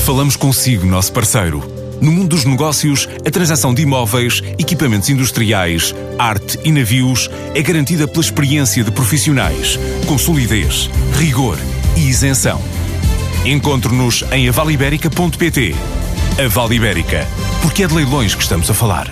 Falamos consigo, nosso parceiro. No mundo dos negócios, a transação de imóveis, equipamentos industriais, arte e navios é garantida pela experiência de profissionais, com solidez, rigor e isenção. Encontre-nos em avaliberica.pt. A Vale Ibérica, porque é de leilões que estamos a falar.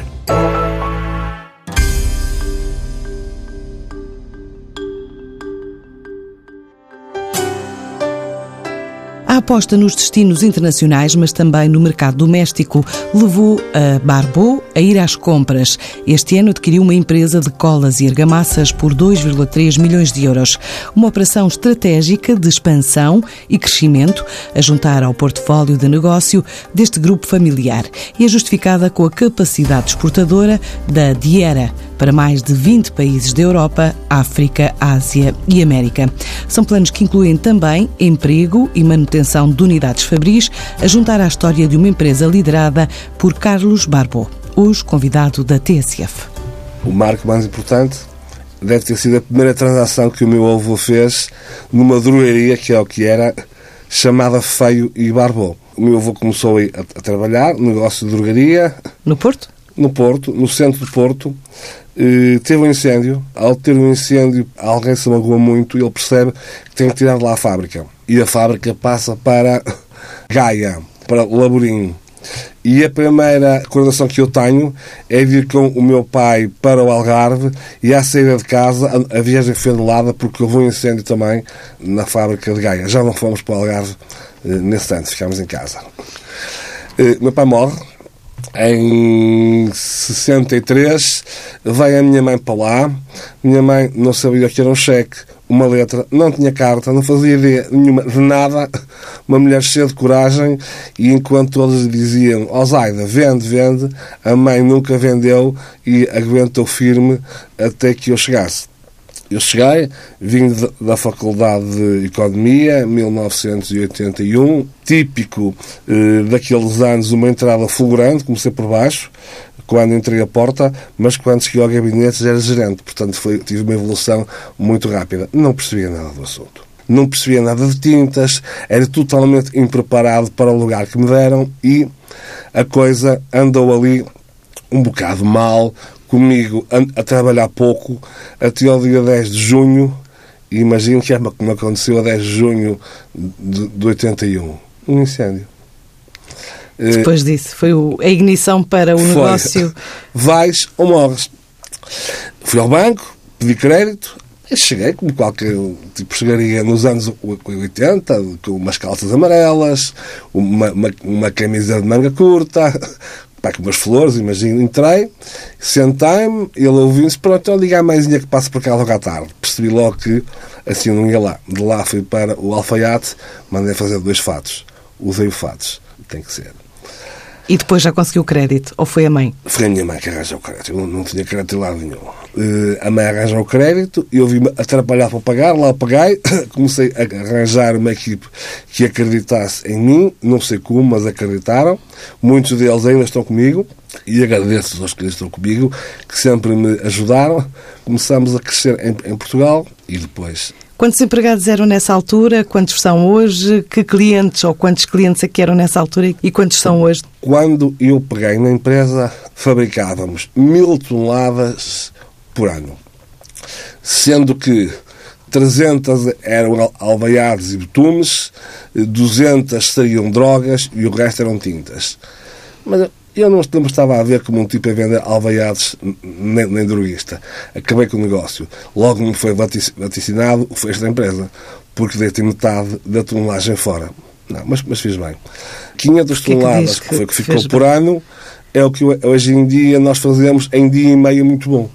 A aposta nos destinos internacionais, mas também no mercado doméstico, levou a Barbeau a ir às compras. Este ano adquiriu uma empresa de colas e argamassas por 2,3 milhões de euros. Uma operação estratégica de expansão e crescimento a juntar ao portfólio de negócio deste grupo familiar e é justificada com a capacidade exportadora da Diera para mais de 20 países da Europa, África, Ásia e América. São planos que incluem também emprego e manutenção de unidades fabris, a juntar à história de uma empresa liderada por Carlos Barbeau, hoje convidado da TSF. O marco mais importante deve ter sido a primeira transação que o meu avô fez numa drogaria, que é o que era, chamada Feio e Barbeau. O meu avô começou a trabalhar no negócio de drogaria. No Porto? No Porto, no centro do Porto. Teve um incêndio. Ao ter um incêndio, alguém se magoa muito e ele percebe que tem que tirar de lá a fábrica. E a fábrica passa para Gaia, para Laborim. E a primeira recordação que eu tenho é de ir com o meu pai para o Algarve e à saída de casa a viagem foi anulada porque houve um incêndio também na fábrica de Gaia. Já não fomos para o Algarve nesse ano, ficámos em casa. Meu pai morre. Em 63 veio a minha mãe para lá. Minha mãe não sabia o que era um cheque, uma letra, não tinha carta, não fazia ideia nenhuma de nada. Uma mulher cheia de coragem, e enquanto todos diziam: ó Zaida, vende, vende, a mãe nunca vendeu e aguentou firme até que eu chegasse. Eu cheguei, vim da Faculdade de Economia, 1981, típico daqueles anos, uma entrada fulgurante, comecei por baixo, quando entrei a porta, mas quando cheguei ao gabinete já era gerente, portanto tive uma evolução muito rápida. Não percebia nada do assunto. Não percebia nada de tintas, era totalmente impreparado para o lugar que me deram e a coisa andou ali um bocado mal, comigo a trabalhar pouco, até ao dia 10 de junho, e imagino que é como aconteceu a 10 de junho de 81. Um incêndio. Depois disso, foi a ignição para o negócio. Vais ou morres. Fui ao banco, pedi crédito, e cheguei, como qualquer tipo chegaria nos anos 80, com umas calças amarelas, uma camisa de manga curta, com umas flores, imagino. Entrei, sentei-me, ele ouviu-se: pronto, eu ligar a mãezinha que passa por cá logo à tarde. Percebi logo que assim não ia lá. De lá fui para o Alfaiate, mandei fazer 2 fatos. Usei o fatos, tem que ser. E depois já conseguiu o crédito? Ou foi a mãe? Foi a minha mãe que arranjou o crédito. Eu não tinha crédito de lado nenhum. A mãe arranjou o crédito, eu vi-me a trabalhar para pagar, lá paguei, comecei a arranjar uma equipe que acreditasse em mim, não sei como, mas acreditaram. Muitos deles ainda estão comigo e agradeço aos que estão comigo, que sempre me ajudaram. Começamos a crescer em Portugal e depois... Quantos empregados eram nessa altura? Quantos são hoje? Que clientes ou quantos clientes é que eram nessa altura e quantos são hoje? Quando eu peguei na empresa, fabricávamos 1000 toneladas por ano. Sendo que 300 eram alvaiados e betumes, 200 seriam drogas e o resto eram tintas. Mas eu não estava a ver como um tipo a vender alvaiados nem droguista. Acabei com o negócio. Logo me foi vaticinado o fecho da empresa, porque dei-te metade da tonelagem fora. Não, mas fiz bem. 500 toneladas, que foi o que ficou por ano, é o que hoje em dia nós fazemos em dia e meio muito bom.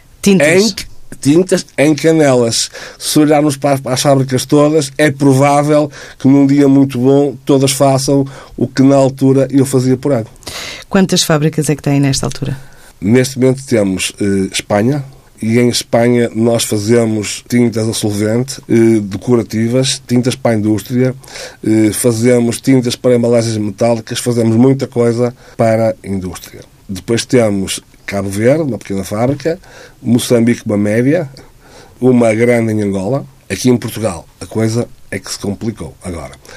Tintas em Canelas. Se olharmos para as fábricas todas, é provável que num dia muito bom todas façam o que na altura eu fazia por ano. Quantas fábricas é que têm nesta altura? Neste momento temos Espanha, e em Espanha nós fazemos tintas a solvente, decorativas, tintas para a indústria, fazemos tintas para embalagens metálicas, fazemos muita coisa para a indústria. Depois temos Cabo Verde, uma pequena fábrica, Moçambique, uma média, uma grande em Angola. Aqui em Portugal a coisa é que se complicou agora.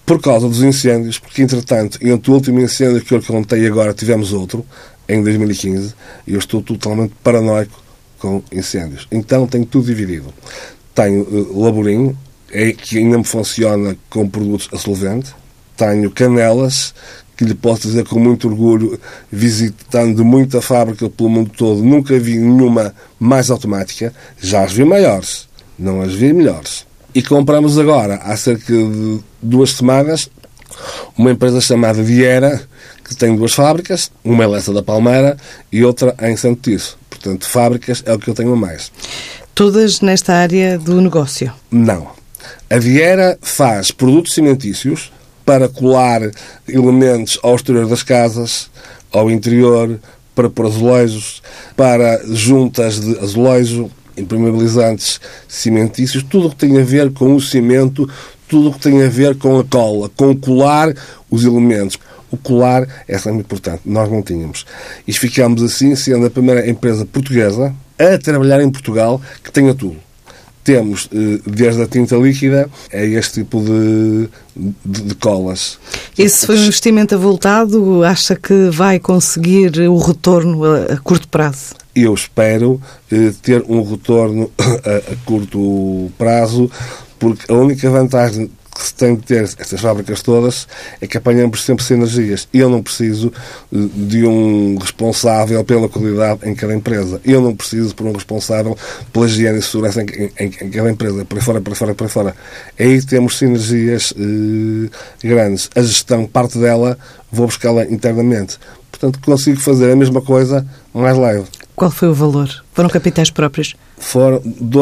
por causa dos incêndios, porque, entretanto, entre o último incêndio que eu contei agora, tivemos outro, em 2015, e eu estou totalmente paranoico com incêndios. Então, tenho tudo dividido. Tenho Laborim, que ainda me funciona com produtos a solvente. Tenho Canelas, que lhe posso dizer com muito orgulho, visitando muita fábrica pelo mundo todo, nunca vi nenhuma mais automática. Já as vi maiores, não as vi melhores. E compramos agora, há cerca de 2 semanas, uma empresa chamada Viera, que tem 2 fábricas, uma em Lessa da Palmeira e outra em Santo Tirso. Portanto, fábricas é o que eu tenho a mais. Todas nesta área do negócio? Não. A Viera faz produtos cimentícios para colar elementos ao exterior das casas, ao interior, para pôr azulejos, para juntas de azulejo, impermeabilizantes cimentícios, tudo o que tem a ver com o cimento, tudo o que tem a ver com a cola, com colar os elementos. O colar é sempre importante. Nós não tínhamos. E ficamos assim, sendo a primeira empresa portuguesa a trabalhar em Portugal que tenha tudo. Temos, desde a tinta líquida, a este tipo de colas. Esse foi um investimento avultado? Acha que vai conseguir o retorno a curto prazo? Eu espero ter um retorno a curto prazo, porque a única vantagem que se tem de ter estas fábricas todas é que apanhamos sempre sinergias. Eu não preciso de um responsável pela qualidade em cada empresa. Eu não preciso por um responsável pela higiene e segurança em cada empresa. Por aí fora. Aí temos sinergias grandes. A gestão, parte dela, vou buscá-la internamente. Portanto, consigo fazer a mesma coisa mais leve. Qual foi o valor? Foram capitais próprios? Foram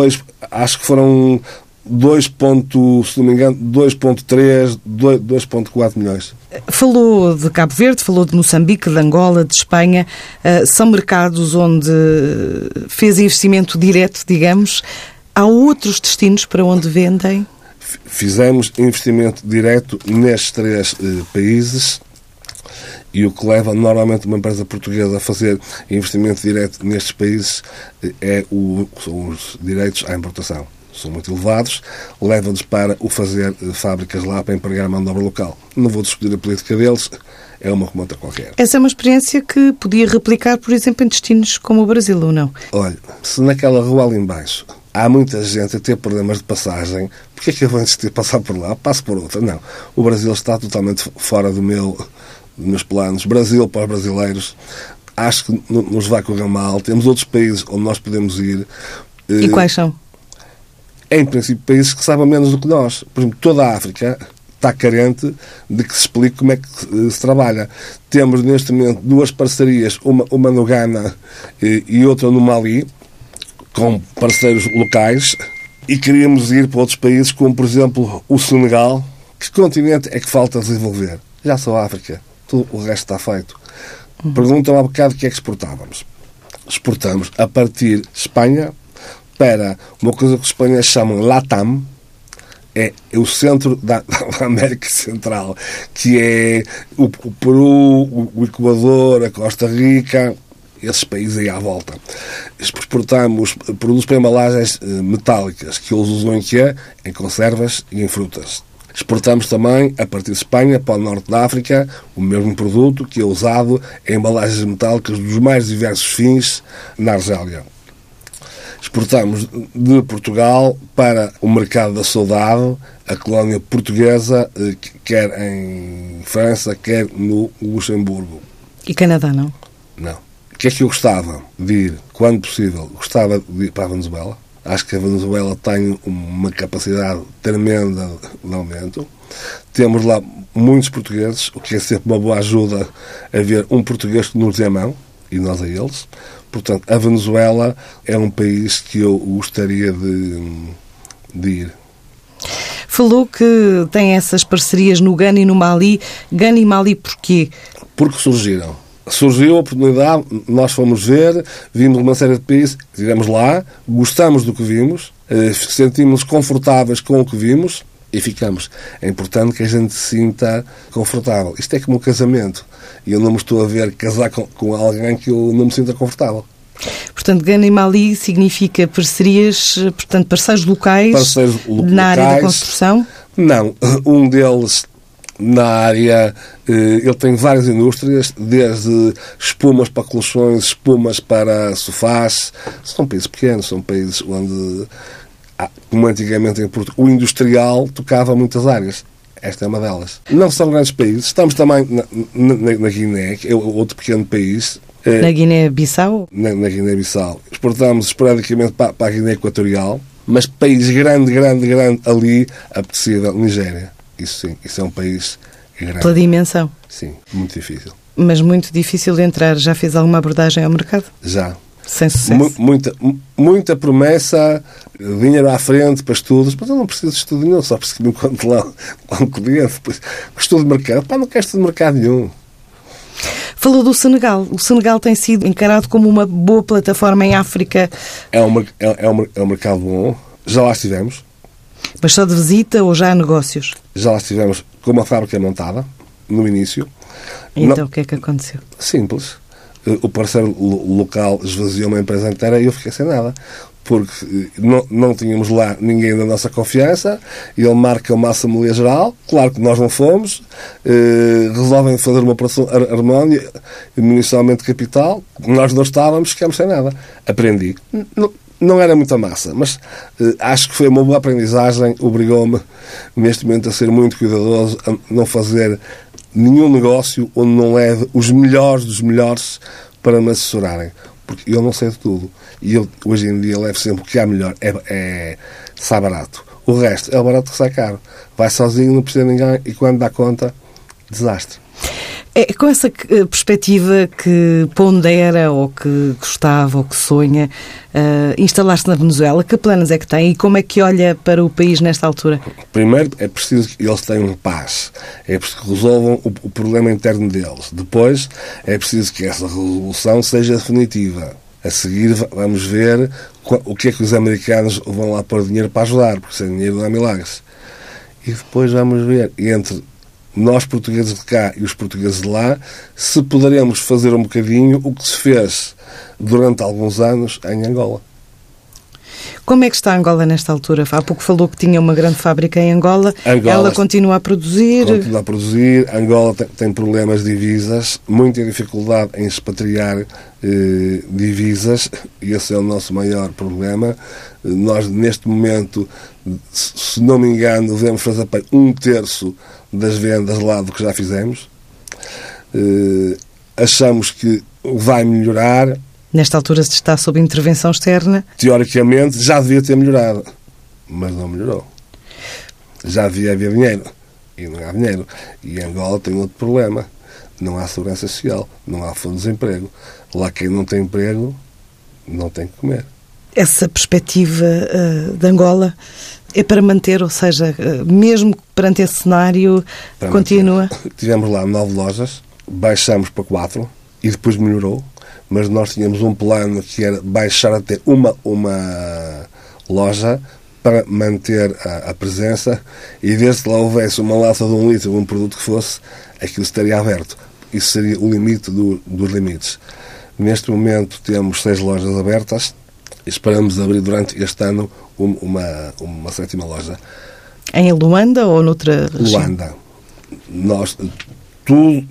2.3, 2.4 milhões. Falou de Cabo Verde, falou de Moçambique, de Angola, de Espanha. São mercados onde fez investimento direto, digamos. Há outros destinos para onde vendem? Fizemos investimento direto nestes 3 países. E o que leva normalmente uma empresa portuguesa a fazer investimento direto nestes países são os direitos à importação. São muito elevados, leva-nos para o fazer fábricas lá para empregar a mão de obra local. Não vou discutir a política deles, é uma como outra qualquer. Essa é uma experiência que podia replicar, por exemplo, em destinos como o Brasil, ou não? Olha, se naquela rua ali embaixo há muita gente a ter problemas de passagem, porque é que eu vou insistir passar por lá? Passo por outra. Não. O Brasil está totalmente fora dos meus planos. Brasil para os brasileiros, acho que nos vai correr mal. Temos outros países onde nós podemos ir. E quais são? Em princípio, países que sabem menos do que nós. Por exemplo, toda a África está carente de que se explique como é que se trabalha. Temos, neste momento, 2 parcerias, uma no Ghana e outra no Mali, com parceiros locais, e queríamos ir para outros países, como, por exemplo, o Senegal. Que continente é que falta desenvolver? Já só a África. Tudo o resto está feito. Perguntam há bocado o que é que exportávamos. Exportamos a partir de Espanha para uma coisa que os espanhóis chamam LATAM, é o centro da América Central, que é o Peru, o Equador, a Costa Rica, esses países aí à volta. Exportamos produtos para embalagens metálicas, que eles usam em quê? Em conservas e em frutas. Exportamos também, a partir de Espanha, para o norte da África, o mesmo produto que é usado em embalagens metálicas dos mais diversos fins na Argélia. Exportamos de Portugal para o mercado da saudade, a colónia portuguesa, quer em França, quer no Luxemburgo. E Canadá, não? Não. O que é que eu gostava de ir, quando possível? Gostava de ir para a Venezuela. Acho que a Venezuela tem uma capacidade tremenda de aumento. Temos lá muitos portugueses, o que é sempre uma boa ajuda a ver um português que nos dê a mão, e nós a eles. Portanto, a Venezuela é um país que eu gostaria de ir. Falou que tem essas parcerias no Ghana e no Mali. Ghana e Mali porquê? Porque surgiram. Surgiu a oportunidade, nós fomos ver, vimos uma série de países, estivemos lá, gostamos do que vimos, sentimos-nos confortáveis com o que vimos e ficamos. É importante que a gente se sinta confortável. Isto é como um casamento. E eu não me estou a ver casar com alguém que eu não me sinta confortável. Portanto, Ghana e Mali significa parcerias, portanto, parceiros locais na área da construção? Não. Um deles na área. Ele tem várias indústrias, desde espumas para colchões, espumas para sofás. São países pequenos, são países onde, como antigamente em Portugal, o industrial tocava muitas áreas. Esta é uma delas. Não são grandes países. Estamos também na Guiné, que é outro pequeno país. Na Guiné-Bissau? Na Guiné-Bissau. Exportamos esporadicamente para a Guiné Equatorial, mas país grande ali, apetecível, Nigéria. Isso sim, isso é um país grande. Pela dimensão? Sim, muito difícil. Mas muito difícil de entrar. Já fez alguma abordagem ao mercado? Já. Sem sucesso? Muita promessa, dinheiro à frente para estudos, mas eu não preciso de estudo nenhum, só preciso que me encontro lá um cliente. Estudo de mercado, não quero estudo de mercado nenhum. Falou do Senegal. O Senegal tem sido encarado como uma boa plataforma em África. É um mercado bom. Já lá estivemos. Mas só de visita ou já há negócios? Já lá estivemos com uma fábrica montada, no início. Então, o que é que aconteceu? Simples. O parceiro local esvaziou uma empresa inteira e eu fiquei sem nada. Porque não tínhamos lá ninguém da nossa confiança. Ele marca uma assembleia geral. Claro que nós não fomos. Resolvem fazer uma operação harmónia, inicialmente capital. Nós não estávamos, ficamos sem nada. Aprendi. Não era muita massa, mas acho que foi uma boa aprendizagem. Obrigou-me, neste momento, a ser muito cuidadoso, a não fazer nenhum negócio onde não leve os melhores dos melhores para me assessorarem. Porque eu não sei de tudo. E eu, hoje em dia, levo sempre o que há melhor. Sai barato. O resto é o barato que sai caro. Vai sozinho, não precisa de ninguém, e quando dá conta, desastre. É com essa perspectiva que pondera, ou que gostava, ou que sonha instalar-se na Venezuela, que planos é que tem e como é que olha para o país nesta altura? Primeiro, é preciso que eles tenham paz. É preciso que resolvam o problema interno deles. Depois, é preciso que essa resolução seja definitiva. A seguir, vamos ver o que é que os americanos vão lá pôr dinheiro para ajudar, porque sem dinheiro não há milagres. E depois vamos ver, entre nós portugueses de cá e os portugueses de lá, se poderemos fazer um bocadinho o que se fez durante alguns anos em Angola. Como é que está Angola nesta altura? Há pouco falou que tinha uma grande fábrica em Angola. Ela continua a produzir? Continua a produzir. Angola tem problemas de divisas, muita dificuldade em expatriar divisas, e esse é o nosso maior problema. Nós, neste momento, se não me engano, devemos fazer para 1/3 das vendas lá do que já fizemos. Achamos que vai melhorar. Nesta altura se está sob intervenção externa? Teoricamente já devia ter melhorado, mas não melhorou. Já devia haver dinheiro e não há dinheiro. E Angola tem outro problema. Não há segurança social, não há fundo de desemprego. Lá quem não tem emprego não tem que comer. Essa perspectiva de Angola é para manter, ou seja, mesmo perante esse cenário, para continua? Manter. Tivemos lá 9 lojas, baixamos para 4 e depois melhorou, mas nós tínhamos um plano que era baixar até uma loja para manter a presença, e desde que lá houvesse uma lata de 1 litro de um produto que fosse, aquilo estaria aberto. Isso seria o limite dos limites. Neste momento temos 6 lojas abertas. Esperamos abrir durante este ano uma 7ª loja. Em Luanda ou noutra região? Luanda. Nós, tudo,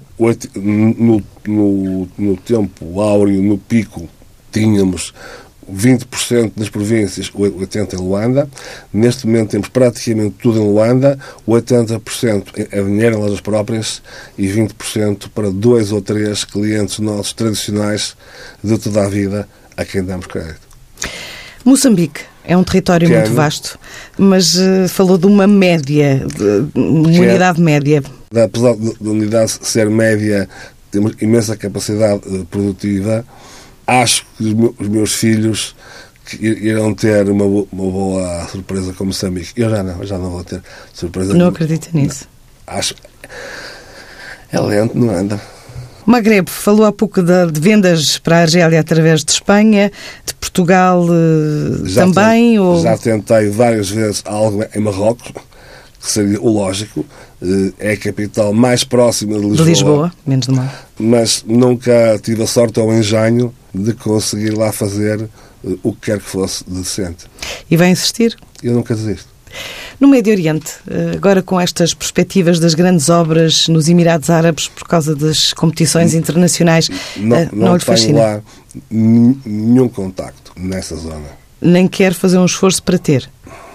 no tempo áureo, no pico, tínhamos 20% das províncias, 80% em Luanda. Neste momento temos praticamente tudo em Luanda, 80% é dinheiro em lojas próprias e 20% para 2 ou 3 clientes nossos tradicionais de toda a vida a quem damos crédito. Moçambique é um território muito vasto, mas falou de uma média, uma unidade média. Apesar da unidade ser média, temos imensa capacidade produtiva. Acho que os meus filhos irão ter uma boa surpresa com Moçambique. Eu já não vou ter surpresa. Não acredito nisso. Acho. É lento, não anda. Magreb, falou há pouco de vendas para a Argélia através de Espanha, de Portugal também? Já tentei várias vezes algo em Marrocos, que seria o lógico. É a capital mais próxima de Lisboa. De Lisboa, menos de mal. Mas nunca tive a sorte ou o engenho de conseguir lá fazer o que quer que fosse decente. E vai insistir? Eu nunca desisto. No Médio Oriente, agora com estas perspectivas das grandes obras nos Emirados Árabes por causa das competições internacionais, não lhe fascina? Não tenho lá nenhum contacto nessa zona. Nem quer fazer um esforço para ter?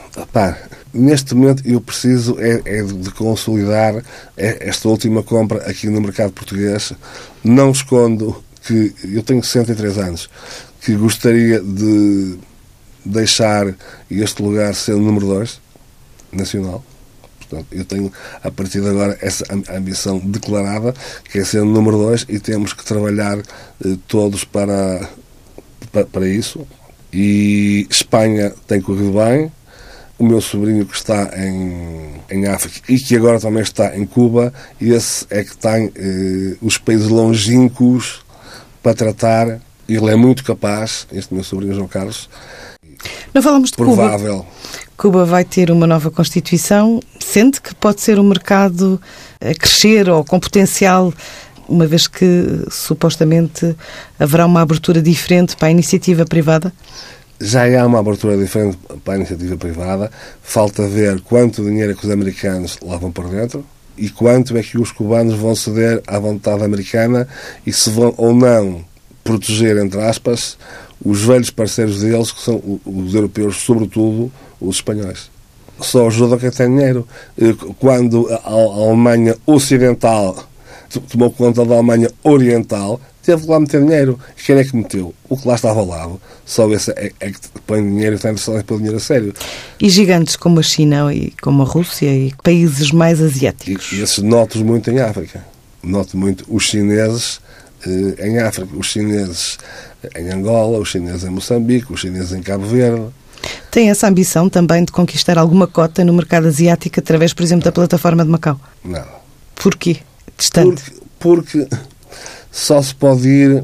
Neste momento eu preciso de consolidar esta última compra aqui no mercado português. Não escondo que eu tenho 63 anos, que gostaria de deixar este lugar ser o número 2 nacional. Portanto, eu tenho, a partir de agora, essa ambição declarada, que é ser o número 2, e temos que trabalhar todos para isso. E Espanha tem corrido bem. O meu sobrinho que está em África e que agora também está em Cuba, esse é que tem os países longínquos para tratar. Ele é muito capaz, este meu sobrinho João Carlos. Não falamos de provável. Cuba vai ter uma nova Constituição. Sente que pode ser um mercado a crescer ou com potencial, uma vez que supostamente haverá uma abertura diferente para a iniciativa privada? Já há uma abertura diferente para a iniciativa privada. Falta ver quanto dinheiro é que os americanos lá vão por dentro e quanto é que os cubanos vão ceder à vontade americana e se vão ou não proteger, entre aspas, os velhos parceiros deles, que são os europeus, sobretudo os espanhóis. Só ajuda quem tem dinheiro. Quando a Alemanha Ocidental tomou conta da Alemanha Oriental, teve que lá meter dinheiro. Quem é que meteu? O que lá estava ao lado. Só esse é que põe dinheiro e tem de pôr dinheiro a sério. E gigantes como a China e como a Rússia e países mais asiáticos? E esses noto muito em África. Noto muito os chineses em África, os chineses em Angola, os chineses em Moçambique, os chineses em Cabo Verde. Tem essa ambição também de conquistar alguma cota no mercado asiático através, por exemplo, da plataforma de Macau? Não. Porquê? Distante? Porque só se pode ir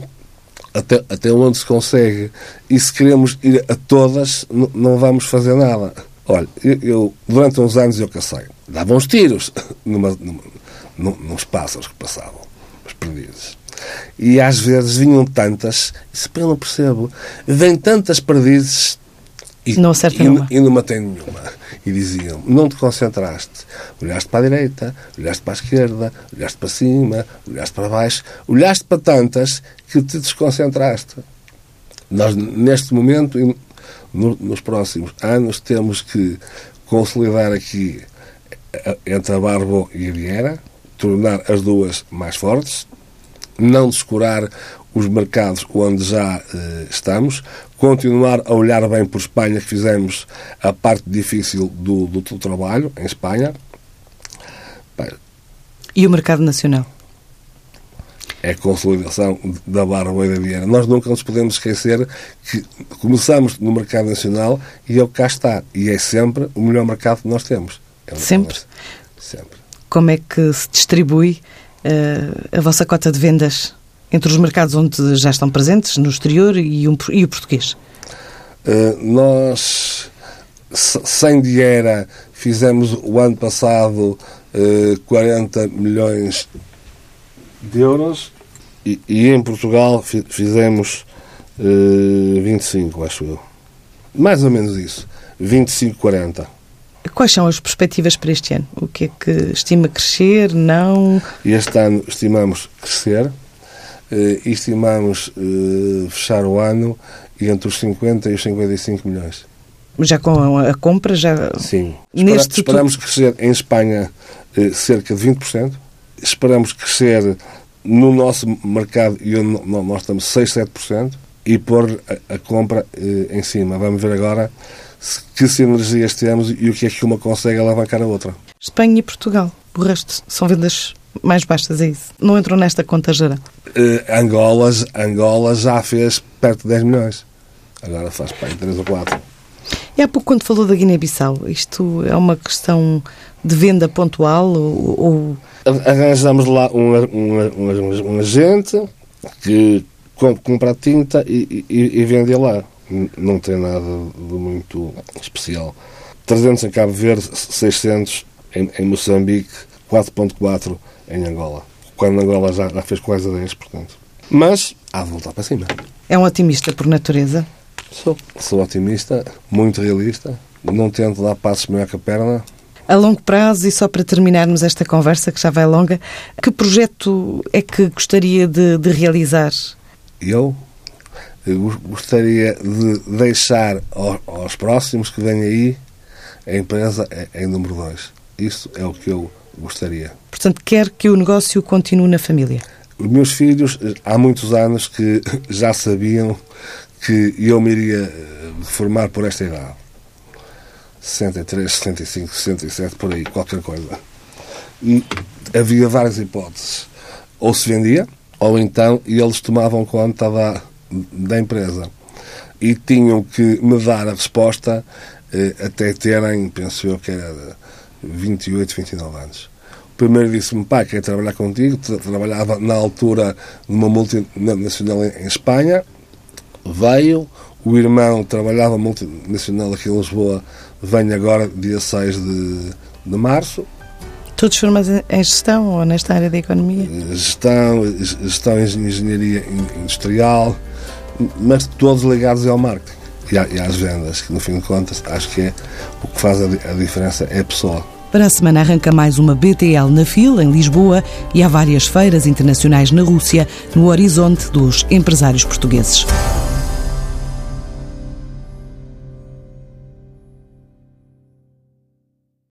até onde se consegue. E se queremos ir a todas, não vamos fazer nada. Olha, eu durante uns anos eu cacei. Dava uns tiros nos pássaros que passavam, os perdizes. E às vezes vinham tantas, isso eu não percebo, vêm tantas perdizes e não matei nenhuma. E diziam, não te concentraste, olhaste para a direita, olhaste para a esquerda, olhaste para cima, olhaste para baixo, olhaste para tantas que te desconcentraste. Nós, neste momento, e nos próximos anos, temos que consolidar aqui entre a Barbo e a Vieira, tornar as duas mais fortes, não descurar os mercados onde já estamos, continuar a olhar bem por Espanha, que fizemos a parte difícil do trabalho em Espanha. E o mercado nacional? É a consolidação da Barba e da Vieira. Nós nunca nos podemos esquecer que começamos no mercado nacional e ele cá está. E é sempre o melhor mercado que nós temos. Sempre? Sempre. Como é que se distribui a vossa cota de vendas entre os mercados onde já estão presentes, no exterior e o português? Nós, sem Vieira, fizemos o ano passado 40 milhões de euros e em Portugal fizemos 25, acho eu. Mais ou menos isso. 25, 40. Quais são as perspectivas para este ano? O que é que estima crescer? Não? Este ano estimamos crescer e estimamos fechar o ano entre os 50 e os 55 milhões. Já com a compra? Já... Sim. Esperamos crescer em Espanha cerca de 20%. Esperamos crescer no nosso mercado, e nós estamos 6, 7%, e pôr a compra em cima. Vamos ver agora que sinergias temos e o que é que uma consegue alavancar a outra. Espanha e Portugal. O resto são vendas mais baixas, é isso? Não entram nesta conta geral? Angola já fez perto de 10 milhões. Agora faz para 3 ou 4. E há pouco, quando falou da Guiné-Bissau, isto é uma questão de venda pontual ou... Arranjamos lá um agente que compra a tinta e vende lá. Não tem nada de muito especial. 300 em Cabo Verde, 600 em Moçambique, 4.4 em Angola. Quando Angola já fez quase 10, portanto. Mas há de voltar para cima. É um otimista por natureza? Sou otimista, muito realista. não tento dar passos maior que a perna. A longo prazo, e só para terminarmos esta conversa, que já vai longa, que projeto é que gostaria de realizar? Eu gostaria de deixar aos próximos que vêm aí a empresa em número 2. Isso é o que eu gostaria. Portanto, quer que o negócio continue na família? Os meus filhos, há muitos anos que já sabiam que eu me iria formar por esta idade. 63, 65, 67, por aí, qualquer coisa. E havia várias hipóteses. Ou se vendia, ou então eles tomavam conta da empresa. E tinham que me dar a resposta até terem, penso eu, que era 28, 29 anos. O primeiro disse-me: pai, quero trabalhar contigo. Trabalhava na altura numa multinacional em Espanha. Veio. O irmão trabalhava multinacional aqui em Lisboa. Venho agora, dia 6 de março. Todos formados em gestão ou nesta área da economia? Gestão em engenharia industrial, mas todos ligados ao marketing e às vendas, que no fim de contas acho que é o que faz a diferença, é a pessoa. Para a semana arranca mais uma BTL na FIL, em Lisboa, e há várias feiras internacionais na Rússia, no horizonte dos empresários portugueses.